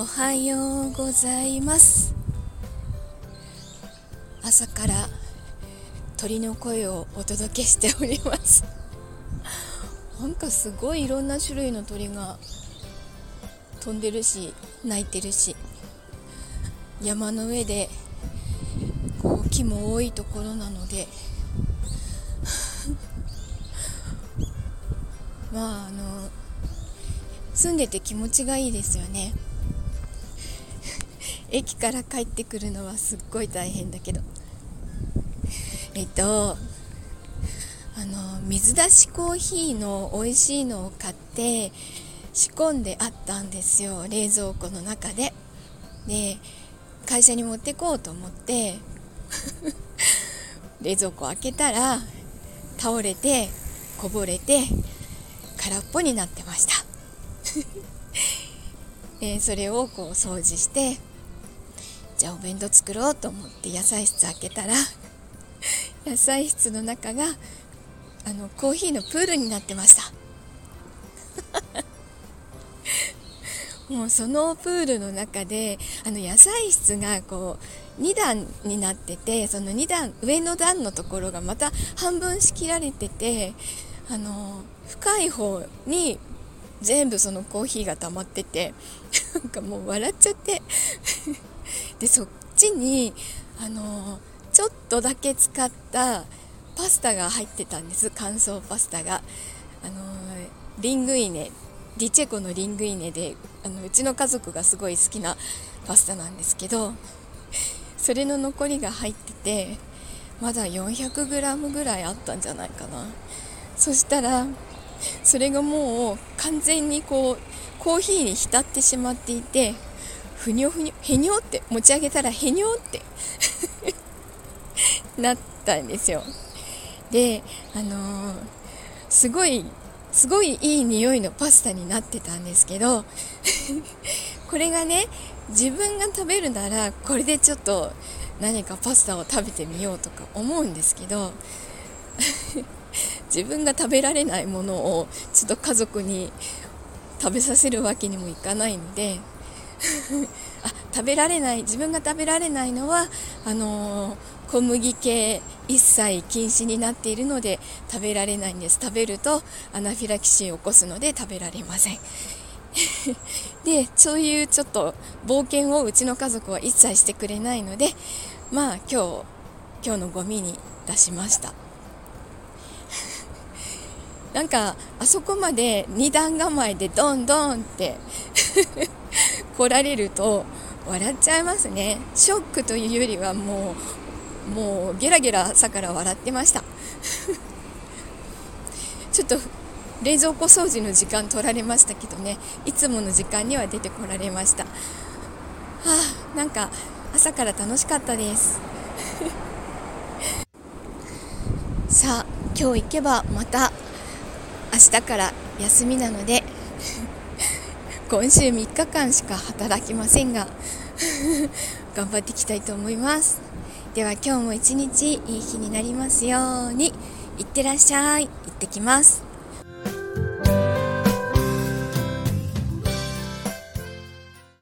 おはようございます。朝から鳥の声をお届けしております。なんかすごいいろんな種類の鳥が飛んでるし鳴いてるし、山の上で木も多いところなので住んでて気持ちがいいですよね。駅から帰ってくるのはすっごい大変だけど、水出しコーヒーの美味しいのを買って仕込んであったんですよ、冷蔵庫の中で。で、会社に持ってこうと思って冷蔵庫開けたら倒れてこぼれて空っぽになってましたそれを掃除して、じゃあお弁当作ろうと思って野菜室開けたら野菜室の中がコーヒーのプールになってましたもうそのプールの中で野菜室が2段になってて、その2段上の段のところがまた半分仕切られてて、深い方に全部そのコーヒーが溜まっててなんかもう笑っちゃってでそっちにちょっとだけ使ったパスタが入ってたんです。乾燥パスタがリングイネ、ディチェコのリングイネでうちの家族がすごい好きなパスタなんですけど、それの残りが入っててまだ 400g ぐらいあったんじゃないかな。そしたらそれがもう完全にコーヒーに浸ってしまっていて、ふにょふにょ、へにょって持ち上げたらへにょってなったんですよ。で、すごいいい匂いのパスタになってたんですけどこれがね、自分が食べるならこれでちょっと何かパスタを食べてみようとか思うんですけど自分が食べられないものをちょっと家族に食べさせるわけにもいかないので自分が食べられないのは小麦系一切禁止になっているので食べられないんです。食べるとアナフィラキシーを起こすので食べられませんで、そういうちょっと冒険をうちの家族は一切してくれないので、今日のゴミに出しましたなんかあそこまで二段構えでドンドンって来られると笑っちゃいますね。ショックというよりはもうゲラゲラ朝から笑ってましたちょっと冷蔵庫掃除の時間取られましたけどね、いつもの時間には出てこられました。なんか朝から楽しかったですさあ、今日行けばまた明日から休みなので今週3日間しか働きませんが頑張っていきたいと思います。では今日も一日いい日になりますように。いってらっしゃい。行ってきます。